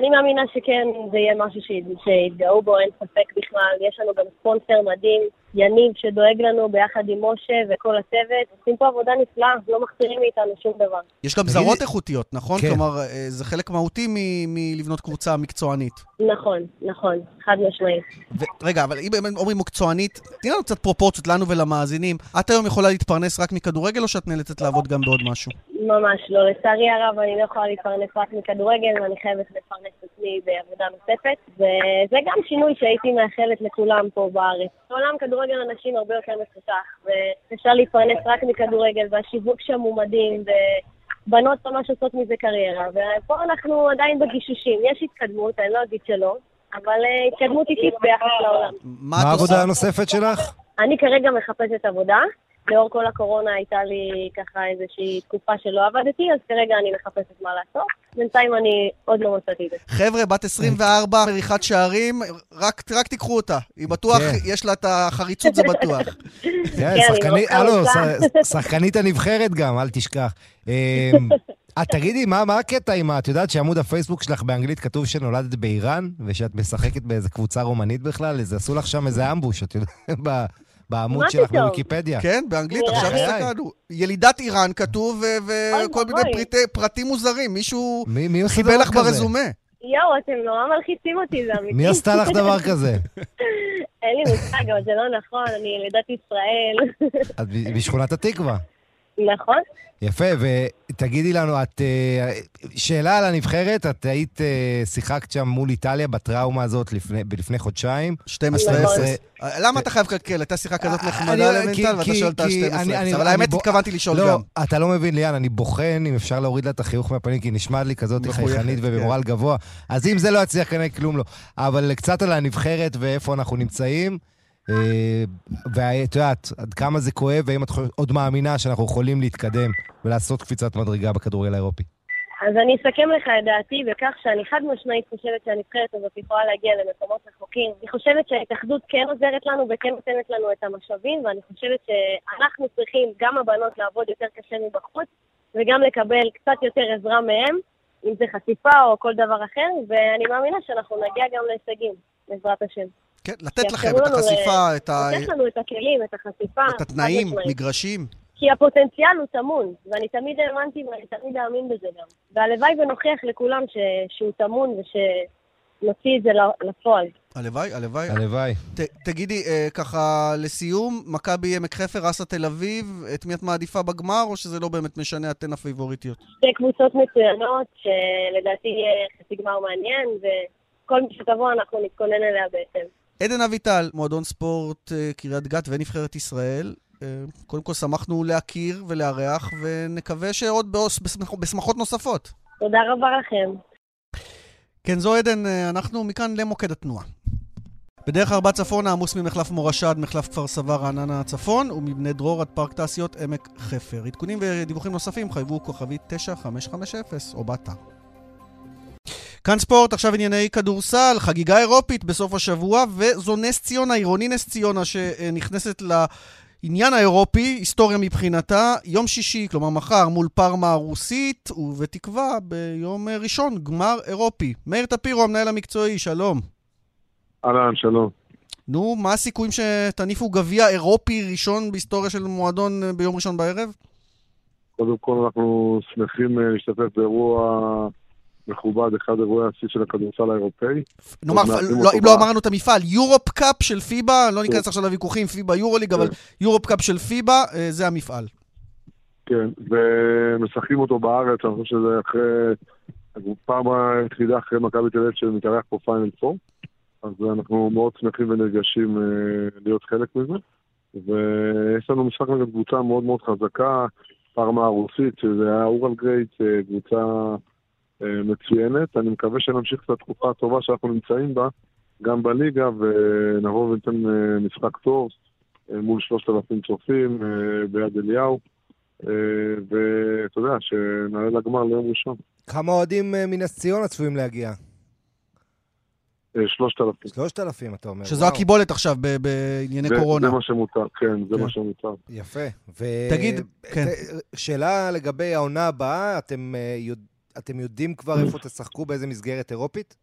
אני מאמינה שכן, זה יהיה משהו שיתגאו בו, אין ספק בכלל. יש לנו גם ספונסר מדהים, יניב, שדואג לנו ביחד עם משה וכל הצוות. עושים פה עבודה נפלאה, לא מחסירים מאיתנו שום דבר. יש גם זרות איכותיות, נכון? כלומר, זה חלק מהותי מלבנות קבוצה מקצוענית. נכון, נכון, חד משמעית. רגע, אבל אם אומרים מקצוענית, תני לנו קצת פרופורציות לנו ולמאזינים. את היום יכולה להתפרנס רק מכדורגל, או שאת נאלצת לעבוד גם בעוד משהו? ממש לא. לצערי הרב, אני לא יכולה להתפרנס רק מכדורגל, ואני חייבת לפרנס עצמי בעבודה נוספת. וזה גם שינוי שהייתי מאחלת לכולם פה בארץ. בעולם כדורגל אנשים הרבה יותר מפותח, ואפשר להתפרנס רק מכדורגל, והשיווק שם הוא מדהים, ובנות ממש עושות מזה קריירה. ופה אנחנו עדיין בגישושים. יש התקדמות, אני לא אגיד שלא, אבל התקדמות איטית ביחס לעולם. מה העבודה הנוספת שלך? אני כרגע מחפשת עבודה. לאור כל הקורונה הייתה לי ככה איזושהי תקופה שלא עבדתי, אז כרגע אני מחפשת מה לעשות. בינתיים אני עוד לא מצאתי את זה. חבר'ה, בת עשרים וארבע, מריחת שערים, רק, רק תיקחו אותה. היא בטוח, יש לה את החריצות, זה בטוח. כן, שחקנית הנבחרת גם, אל תשכח. תגידי, מה הקטע עם, את יודעת שעמוד הפייסבוק שלך באנגלית כתוב שנולדת באיראן, ושאת משחקת באיזה קבוצה רומנית בכלל, אז עשו לך שם איזה אמבוש, את יודעת, בעמוד שלך בוויקיפדיה. כן, באנגלית, עכשיו הסתכלנו. ילידת איראן כתוב, וכל מיני פרטים מוזרים. מישהו חיבל לך ברזומה. יואו, אתם נורא מלחיצים אותי, זה אמיתי. מי עשתה לך דבר כזה? אין לי מושג, אבל זה לא נכון, אני ילידת ישראל. את בשכונת התקווה. נכון. יפה, ותגידי לנו, את, שאלה על הנבחרת, את היית, שיחקת שם מול איטליה בטראומה הזאת לפני, לפני חודשיים. שתים עשרה אפס. למה אתה חייב לקלקל? הייתה שיחה כזאת נחמדה אלמנטל, ואתה שואלת שתים עשרה אפס. אבל האמת התכוונתי לשאול גם. לא, אתה לא מבין, ליאן, אני בוחן אם אפשר להוריד לה את החיוך מהפנים, כי נשמע לי כזאת חייכנית ובמורל גבוה. אז אם זה לא יצליח כנראה כלום לא. אבל קצת על הנבחרת ואיפה אנחנו נמצאים. ואת יודעת, עד כמה זה כואב, ואם את עוד מאמינה שאנחנו יכולים להתקדם ולעשות קפיצת מדרגה בכדורגל האירופי. אז אני אסכם לך את דעתי בכך שאני חד משמעית חושבת שהנבחרת הזאת יכולה להגיע למקומות רחוקים. אני חושבת שההתאחדות כן עוזרת לנו וכן נותנת לנו את המשאבים, ואני חושבת שאנחנו צריכים גם הבנות לעבוד יותר קשה מבחוץ, וגם לקבל קצת יותר עזרה מהם, אם זה חשיפה או כל דבר אחר, ואני מאמינה שאנחנו נגיע גם להישגים, בעזרת השם. כן, לתת לכם את החשיפה, את ה... לתת לנו את הכלים, את החשיפה. את התנאים, מגרשים. כי הפוטנציאל הוא תמון, ואני תמיד האמנתי ואני תמיד אאמין בזה גם. והלוואי ונוכיח לכולם ש... שהוא תמון ושנוציא את זה לפועל. הלוואי, הלוואי. הלוואי. ת, תגידי, אה, ככה לסיום, מכבי עמק חפר, רסה תל אביב, את מי את מעדיפה בגמר, או שזה לא באמת משנה, אתן הפייבוריטיות? שתי קבוצות מצוינות, שלדעתי חצי גמר מעניין, וכל מי שתבוא אנחנו נתכונן אליה בעצם. עדן אביטל, מועדון ספורט קריית גת ונבחרת ישראל. קודם כל שמחנו להכיר ולארח, ונקווה שעוד בשמחות נוספות. תודה רבה לכם. כן, זו עדן, אנחנו מכאן למוקד התנועה. בדרך ארבע צפון, העמוס ממחלף מורשה עד מחלף כפר סבא רעננה הצפון, ומבני דרור עד פארק תעשיות עמק חפר. עדכונים ודיווחים נוספים חייבו כוכבית תשע חמש חמש אפס או באתר. כאן ספורט, עכשיו ענייני כדורסל, חגיגה אירופית בסוף השבוע, וזו נס ציונה, עירוני נס ציונה, שנכנסת לעניין האירופי, היסטוריה מבחינתה, יום שישי, כלומר מחר, מול פרמה הרוסית, ובתקווה ביום ראשון, גמר אירופי. מאיר טפירו, המנהל המקצועי, שלום. אהלן, שלום. נו, מה הסיכויים שתניפו גביע אירופי ראשון בהיסטוריה של מועדון ביום ראשון בערב? קודם כל אנחנו שמחים להשתתף באירוע מכובד, אחד אירועי השיא של הכדורסל האירופאי. נאמר, אם לא אמרנו את המפעל, יורופ קאפ של פיבה, לא ניכנס עכשיו לוויכוחים, פיבה יורוליג, אבל יורופ קאפ של פיבה, זה המפעל. כן, ומשחקים אותו בארץ, אני חושב שזה אחרי, פעם היחידה אחרי מכבי תל אביב שמתארח פה פיינל פור, אז אנחנו מאוד שמחים ונרגשים להיות חלק מזה, ויש לנו משחק נגד קבוצה מאוד מאוד חזקה, פרמה הרוסית, שזה היה אורל גרייט, קבוצה מצוינת. אני מקווה שנמשיך את התקופה הטובה שאנחנו נמצאים בה, גם בליגה, ונבוא וניתן משחק טוב מול שלושת אלפים צופים ביד אליהו, ואתה יודע, שנעלה לגמר ליום ראשון. כמה אוהדים מנס ציונה צפויים להגיע? שלושת אלפים. שלושת אלפים, אתה אומר. שזו הקיבולת עכשיו בענייני קורונה. זה מה שמותר, כן, זה מה שמותר. יפה. תגיד, כן. שאלה לגבי העונה הבאה, אתם אתם יודעים כבר איפה תשחקו באיזה מסגרת אירופית?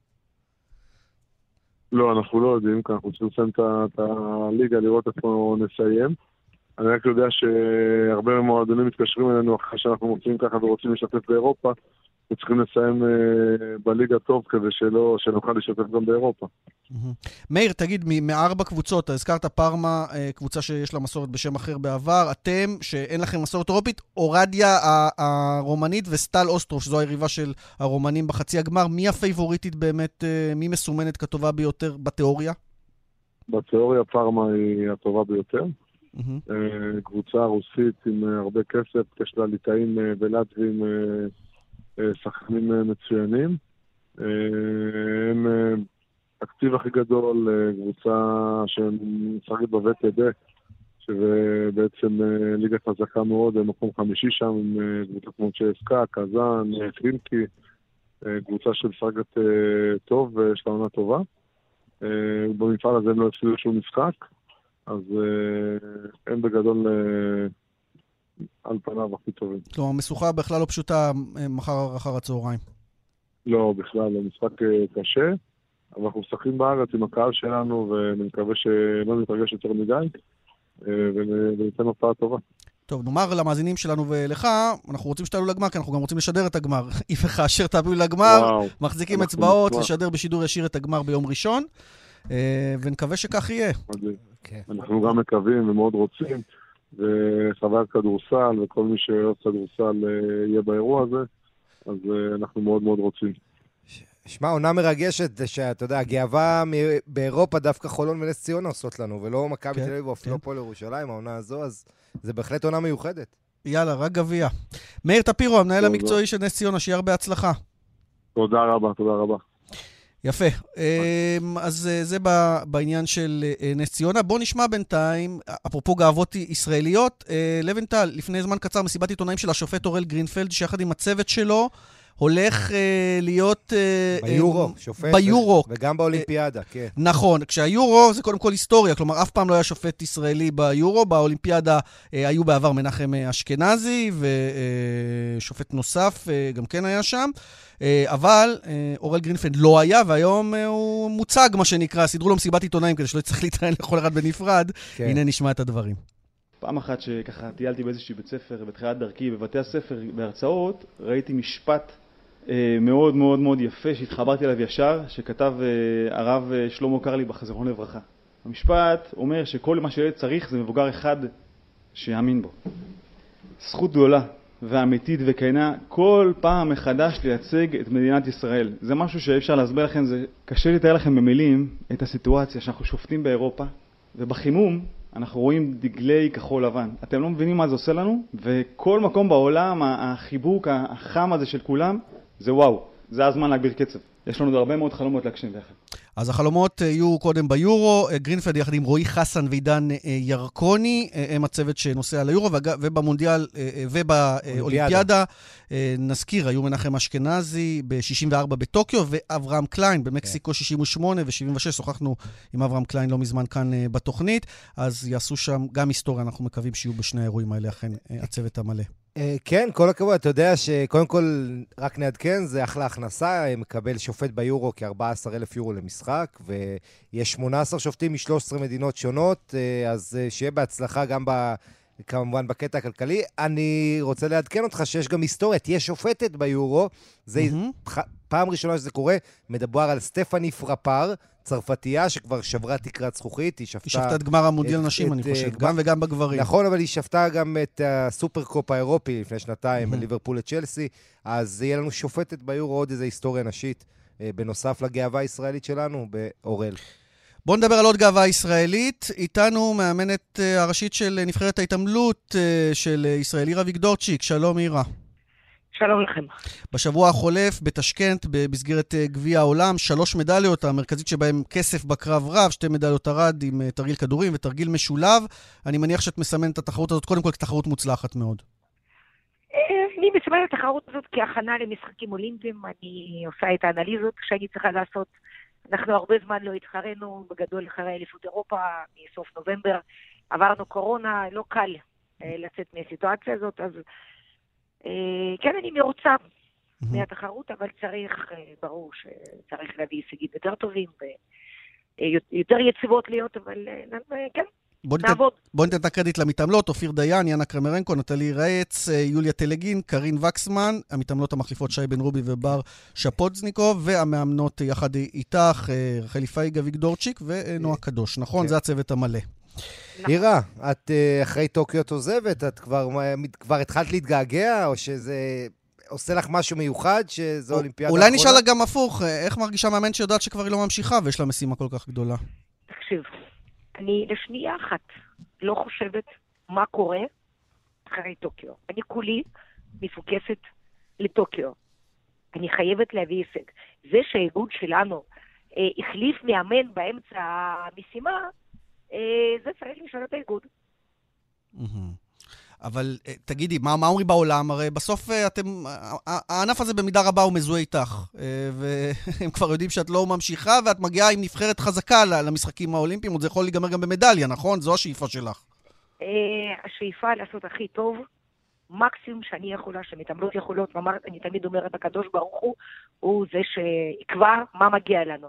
לא, אנחנו לא יודעים, כי אנחנו צריכים לסיים את הליגה, לראות איפה נסיים. אני רק יודע שהרבה מועדונים מתקשרים אלינו אחרי שאנחנו מוצאים ככה ורוצים לשתף באירופה, וצריכים לסיים בליגה טוב כזה שלא, שנוכל לשתף גם באירופה. מאיר, תגיד, מארבע קבוצות, אתה הזכרת פארמה, קבוצה שיש לה מסורת בשם אחר בעבר, אתם, שאין לכם מסורת אירופית, אורדיה הרומנית וסטל אוסטרוף, שזו היריבה של הרומנים בחצי הגמר, מי הפייבוריטית באמת, מי מסומנת כטובה ביותר בתיאוריה? בתיאוריה פארמה היא הטובה ביותר. קבוצה רוסית עם הרבה כסף, יש לה ליטאים ולטבים, שחקנים מצוינים. הם אקטיב הכי גדול, קבוצה שמשחקת בווטד, שזה בעצם ליגה חזקה מאוד, מקום חמישי שם, עם קבוצה כמו צ'סקה, קזאן, טרינקי, קבוצה שמשחקת טוב ויש לה עונה טובה. במפעל הזה הם לא הפסידו שום משחק, אז הם בגדול על פניו הכי טובים. כלומר, משוכה בכלל לא פשוטה מחר אחר הצהריים. לא, בכלל, זה משחק קשה, אבל אנחנו משחקים בארץ עם הקהל שלנו, ונקווה שלא נתרגש יותר מדי, וניתן הופעה טובה. טוב, נאמר למאזינים שלנו ולך, אנחנו רוצים שתעלו לגמר, כי אנחנו גם רוצים לשדר את הגמר. אם וכאשר תעלו לגמר, מחזיקים אצבעות, לשדר בשידור ישיר את הגמר ביום ראשון, ונקווה שכך יהיה. אנחנו גם מקווים ומאוד רוצים, וחבר כדורסל וכל מי שאוהב כדורסל יהיה באירוע הזה, אז אנחנו מאוד מאוד רוצים. שמע, עונה מרגשת זה שאתה יודע, הגאווה באירופה דווקא חולון ונס ציונה עושות לנו, ולא מכבי תל אביב ואפילו פה לירושלים, העונה הזו, אז זה בהחלט עונה מיוחדת. יאללה, רק גביע. מאיר טפירו, המנהל המקצועי של נס ציונה, שיהיה הרבה הצלחה. תודה רבה, תודה רבה. יפה. אז זה בעניין של נס ציונה. בוא נשמע בינתיים, אפרופו גאוות ישראליות, לבנטל, לפני זמן קצר מסיבת עיתונאים של השופט אורל גרינפלד, שיחד עם הצוות שלו, הולך להיות... ביורו, שופט. ביורו. וגם באולימפיאדה, כן. נכון. כשהיורו זה קודם כל היסטוריה, כלומר, אף פעם לא היה שופט ישראלי ביורו, באולימפיאדה היו בעבר מנחם אשכנזי, ושופט נוסף גם כן היה שם. אבל אורל גרינפלד לא היה, והיום הוא מוצג, מה שנקרא, סידרו לו מסיבת עיתונאים, כדי שלא יצטרך להתראיין לכל אחד בנפרד. הנה נשמע את הדברים. פעם אחת שככה טיילתי באיזושהי בית ספר, בתחילת דרכי, בבתי הספר, בהרצאות, ראיתי משפט אה, מאוד מאוד מאוד יפה שהתחברתי אליו ישר, שכתב אה, הרב שלמה קרלי בחזרון לברכה. המשפט אומר שכל מה שילד צריך זה מבוגר אחד שיאמין בו. זכות גדולה ואמיתית וכנה, כל פעם מחדש לייצג את מדינת ישראל. זה משהו שאפשר להסביר לכם, זה קשה לתאר לכם במילים את הסיטואציה שאנחנו שופטים באירופה, ובחימום אנחנו רואים דגלי כחול לבן. אתם לא מבינים מה זה עושה לנו, וכל מקום בעולם, החיבוק החם הזה של כולם, זה וואו, זה הזמן להגביר קצב. יש לנו הרבה מאוד חלומות להגשים ביחד. אז החלומות יהיו קודם ביורו, גרינפלד יחד עם רועי חסן ועידן ירקוני, הם הצוות שנוסע ליורו, ובמונדיאל ובאולימפיאדה, נזכיר, היו מנחם אשכנזי ב-שישים וארבע בטוקיו, ואברהם קליין במקסיקו שישים ושמונה ו-שבעים ושש, שוחחנו עם אברהם קליין לא מזמן כאן בתוכנית, אז יעשו שם גם היסטוריה, אנחנו מקווים שיהיו בשני האירועים האלה, אכן הצוות המלא. כן, כל הכבוד, אתה יודע שקודם כל רק נעדכן, זה אחלה הכנסה, מקבל שופט ביורו כ-ארבעה עשר אלף יורו למשחק, ויש שמונה עשרה שופטים מ-שלוש עשרה מדינות שונות, אז שיהיה בהצלחה גם ב... כמובן בקטע הכלכלי. אני רוצה לעדכן אותך שיש גם היסטוריה, תהיה שופטת ביורו, זה mm-hmm. פעם ראשונה שזה קורה, מדבר על סטפני פרפר, צרפתייה שכבר שברה תקרת זכוכית, היא שפתה... היא שפתה את גמר המונדיאל נשים, אני חושב, גם וגם בגברים. נכון, אבל היא שפתה גם את הסופרקופ האירופי לפני שנתיים, ליברפול לצ'לסי, אז יהיה לנו שופטת ביורו עוד איזו היסטוריה נשית, בנוסף לגאווה הישראלית שלנו, באורל. בואו נדבר על עוד גאווה ישראלית. איתנו מאמנת הראשית של נבחרת ההתעמלות של ישראל, אירה ויגדורצ'יק. שלום אירה. שלום לכם. בשבוע החולף בתשכנת, במסגרת גביע העולם, שלוש מדליות, המרכזית שבהם כסף בקרב רב, שתי מדליות ארד עם תרגיל כדורים ותרגיל משולב. אני מניח שאת מסמנת את התחרות הזאת קודם כל כתחרות מוצלחת מאוד. אני מסמנת את התחרות הזאת כהכנה למשחקים אולימפיים. אני עושה את האנליזות שאני צריכה לעשות. אנחנו הרבה זמן לא התחרנו, בגדול אחרי אליפות אירופה, מסוף נובמבר. עברנו קורונה, לא קל לצאת מהסיטואציה הזאת, אז כן, אני מרוצה. מהתחרות, אבל צריך, ברור שצריך להביא הישגים יותר טובים ויותר יציבות להיות, אבל כן, נעבוד. בוא ניתן את הקרדיט למתעמלות, אופיר דיין, יאנה קרמרנקו, נטלי רייץ, יוליה טלגין, קרין וקסמן, המתעמלות המחליפות שי בן רובי ובר שפוצניקוב, והמאמנות יחד איתך, רחלי פייגה ויגדורצ'יק ונועה קדוש, נכון? זה הצוות המלא. אירה, את אחרי טוקיו את עוזבת, את כבר התחלת להתגעגע, או שזה עושה לך משהו מיוחד, שזה אולימפיאדה האחרונה? אולי נשאל לה גם הפוך, איך מרגישה מאמן שיודעת שכבר היא לא ממשיכה, ויש לה משימה כל כך גדולה? תקשיב, אני לשנייה אחת לא חושבת מה קורה אחרי טוקיו. אני כולי מפוקסת לטוקיו. אני חייבת להביא הישג. זה שהאיגוד שלנו אה, החליף מאמן באמצע המשימה, אה, זה צריך לשאול את האיגוד. אבל תגידי, מה, מה אומרים בעולם? הרי בסוף אתם, הענף הזה במידה רבה הוא מזוהה איתך, והם כבר יודעים שאת לא ממשיכה, ואת מגיעה עם נבחרת חזקה למשחקים האולימפיים, עוד זה יכול להיגמר גם במדליה, נכון? זו השאיפה שלך. השאיפה לעשות הכי טוב, מקסימום שאני יכולה, שמתעמלות יכולות, ואני תמיד אומרת, הקדוש ברוך הוא, הוא זה שיקבע מה מגיע לנו.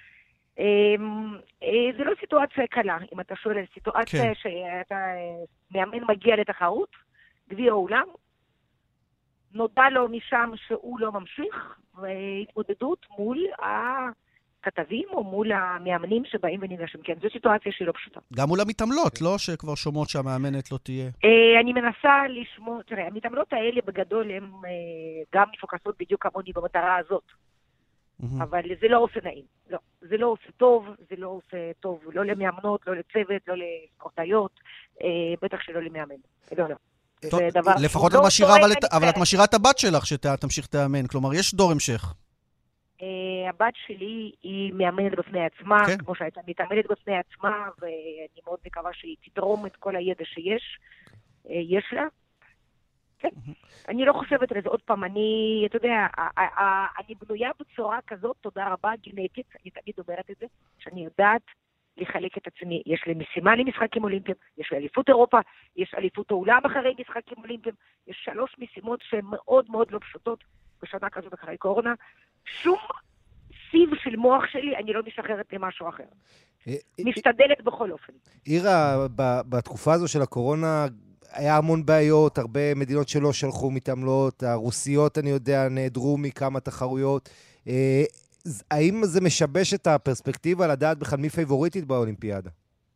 זה לא סיטואציה קלה, אם אתה שואל על סיטואציה שאתה מאמן מגיע לתחרות, גביע העולם, נודע לו משם שהוא לא ממשיך, והתמודדות מול הכתבים או מול המאמנים שבאים וניגשים. כן, זו סיטואציה שהיא לא פשוטה. גם מול המתעמלות, לא? שכבר שומעות שהמאמנת לא תהיה. אני מנסה לשמוע, תראה, המתעמלות האלה בגדול הן גם מפוקסות בדיוק כמוני במטרה הזאת. אבל זה לא עושה נעים, לא. זה לא עושה טוב, זה לא עושה טוב, לא למאמנות, לא לצוות, לא לספורטאיות, בטח שלא למאמן. לא, לא. טוב, לפחות את משאירה, אבל את משאירה את הבת שלך שתמשיך תאמן, כלומר, יש דור המשך. הבת שלי היא מאמנת בפני עצמה, כמו שהייתה מתאמנת בפני עצמה, ואני מאוד מקווה שהיא תתרום את כל הידע שיש, יש לה. כן. אני לא חושבת על זה עוד פעם, אני, אתה יודע, אני בנויה בצורה כזאת, תודה רבה, גנטית, אני תמיד אומרת את זה, שאני יודעת לחלק את עצמי. יש לי משימה למשחקים אולימפיים, יש לי אליפות אירופה, יש אליפות העולם אחרי משחקים אולימפיים, יש שלוש משימות שהן מאוד מאוד לא פשוטות בשנה כזאת אחרי קורונה. שום סיב של מוח שלי, אני לא משחררת למשהו אחר. משתדלת בכל אופן. אירה, בתקופה הזו של הקורונה, היה המון בעיות, הרבה מדינות שלא שלחו מתעמלות, הרוסיות, אני יודע, נעדרו מכמה תחרויות. האם זה משבש את הפרספקטיבה לדעת בכלל מי פייבוריטית באולימפיאדה?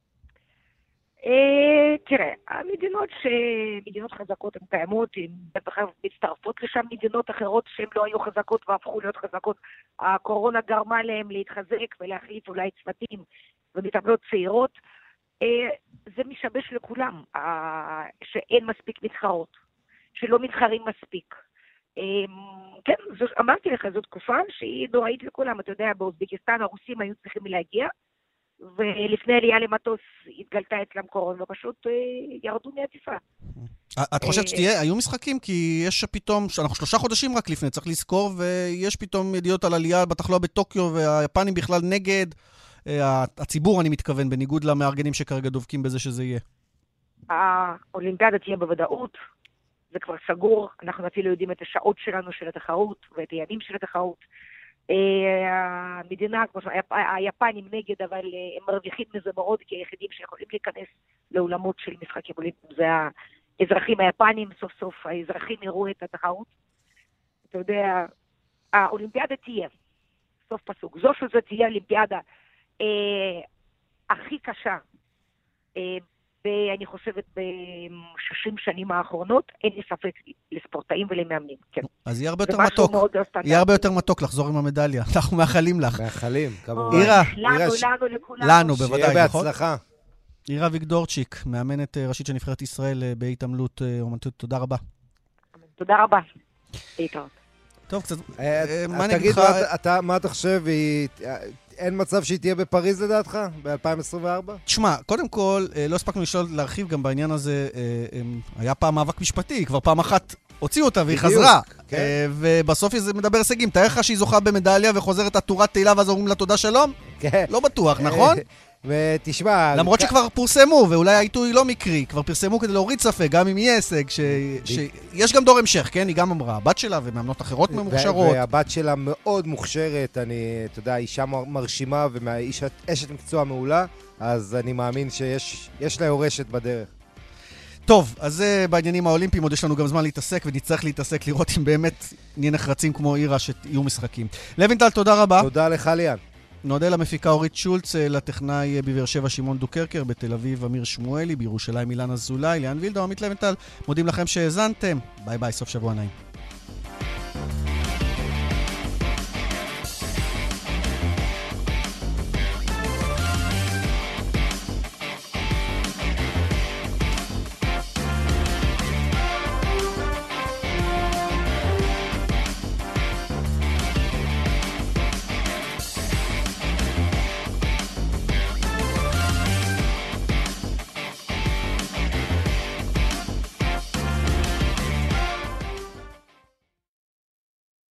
תראה, המדינות שמדינות חזקות הן קיימות, הן בטח מצטרפות לשם מדינות אחרות שהן לא היו חזקות והפכו להיות חזקות. הקורונה גרמה להם להתחזק ולהחליף אולי צוותים ומתעמלות צעירות. זה משבש לכולם, שאין מספיק מתחרות, שלא מתחרים מספיק. כן, אמרתי לך, זו תקופה שהיא נוראית לכולם. אתה יודע, באוזבקיסטן הרוסים היו צריכים להגיע, ולפני עלייה למטוס התגלתה אצלם קורונה, ופשוט ירדו מהטיסה. את חושבת שתהיה, היו משחקים? כי יש פתאום, אנחנו שלושה חודשים רק לפני, צריך לזכור, ויש פתאום ידיעות על עלייה בתחלואה בטוקיו, והיפנים בכלל נגד. הציבור, אני מתכוון, בניגוד למארגנים שכרגע דובקים בזה שזה יהיה. האולימפיאדה תהיה בוודאות, זה כבר סגור, אנחנו אפילו יודעים את השעות שלנו של התחרות, ואת הימים של התחרות. המדינה, כמו שהיפנים נגד, אבל הם מרוויחים מזה מאוד, כי היחידים שיכולים להיכנס לעולמות של משחקים אולימפיים, זה האזרחים היפנים, סוף סוף האזרחים יראו את התחרות. אתה יודע, האולימפיאדה תהיה, סוף פסוק. זו שזו תהיה אולימפיאדה, אה, הכי קשה, אה, ואני חושבת ב-שישים שנים האחרונות, אין לי ספק לספורטאים ולמאמנים, כן. אז יהיה הרבה יותר מתוק, יהיה הרבה יותר מתוק לחזור עם המדליה, אנחנו מאחלים לך. מאחלים, כמובן. אירה, לנו, לנו, לכולנו. לנו, בוודאי, שיהיה בהצלחה. אירה ויגדורצ'יק, מאמנת ראשית של נבחרת ישראל בהתעמלות אומנותית, תודה רבה. תודה רבה. להתראות. טוב, קצת, מה נגיד לך? מה אתה חושב, אין מצב שהיא תהיה בפריז לדעתך, ב-אלפיים עשרים וארבע? תשמע, קודם כל, לא הספקנו לשאול להרחיב גם בעניין הזה, היה פעם מאבק משפטי, כבר פעם אחת הוציאו אותה והיא חזרה, ובסוף זה מדבר הישגים. תאר לך שהיא זוכה במדליה וחוזרת עטורת תהילה ואז אומרים לה תודה שלום? לא בטוח, נכון? ותשמע... למרות שכבר פורסמו, ואולי העיתוי לא מקרי, כבר פרסמו כדי להוריד ספק, גם אם יהיה הישג, שיש גם דור המשך, כן? היא גם אמרה, הבת שלה ומאמנות אחרות ממוכשרות. והבת שלה מאוד מוכשרת, אני, אתה יודע, אישה מרשימה ואשת מקצוע מעולה, אז אני מאמין שיש לה יורשת בדרך. טוב, אז זה בעניינים האולימפיים, עוד יש לנו גם זמן להתעסק, ונצטרך להתעסק לראות אם באמת נהיה נחרצים כמו אירה שיהיו משחקים. לוינטל, תודה רבה. תודה לך, ליאן. נודה למפיקה אורית שולץ, לטכנאי בבאר שבע שמעון דוקרקר, בתל אביב אמיר שמואלי, בירושלים אילן אזולאי, ליאן וילדאו, עמית לוינטל, מודים לכם שהאזנתם. ביי ביי, סוף שבוע נעים.